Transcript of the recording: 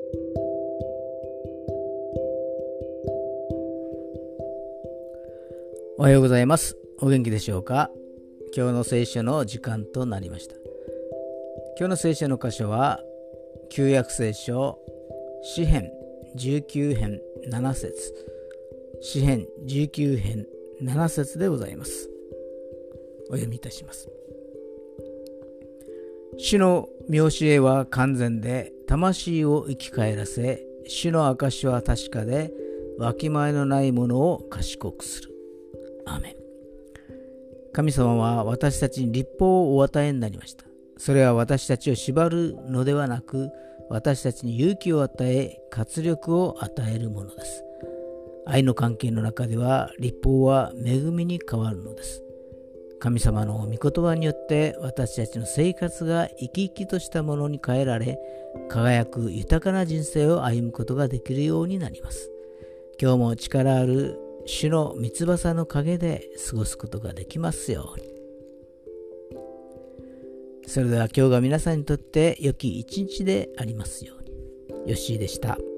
おはようございます。お元気でしょうか。今日の聖書の時間となりました。今日の聖書の箇所は旧約聖書詩編19編7節詩編19編7節でございます。お読みいたします。主の見教えは完全で魂を生き返らせ、主の証は確かでわきまえのないものを賢くする。アーメン。神様は私たちに律法をお与えになりました。それは私たちを縛るのではなく、私たちに勇気を与え、活力を与えるものです。愛の関係の中では律法は恵みに変わるのです。神様の御言葉によって私たちの生活が生き生きとしたものに変えられ、輝く豊かな人生を歩むことができるようになります。今日も力ある主の御翼の陰で過ごすことができますように。それでは今日が皆さんにとって良き一日でありますように。よっしーでした。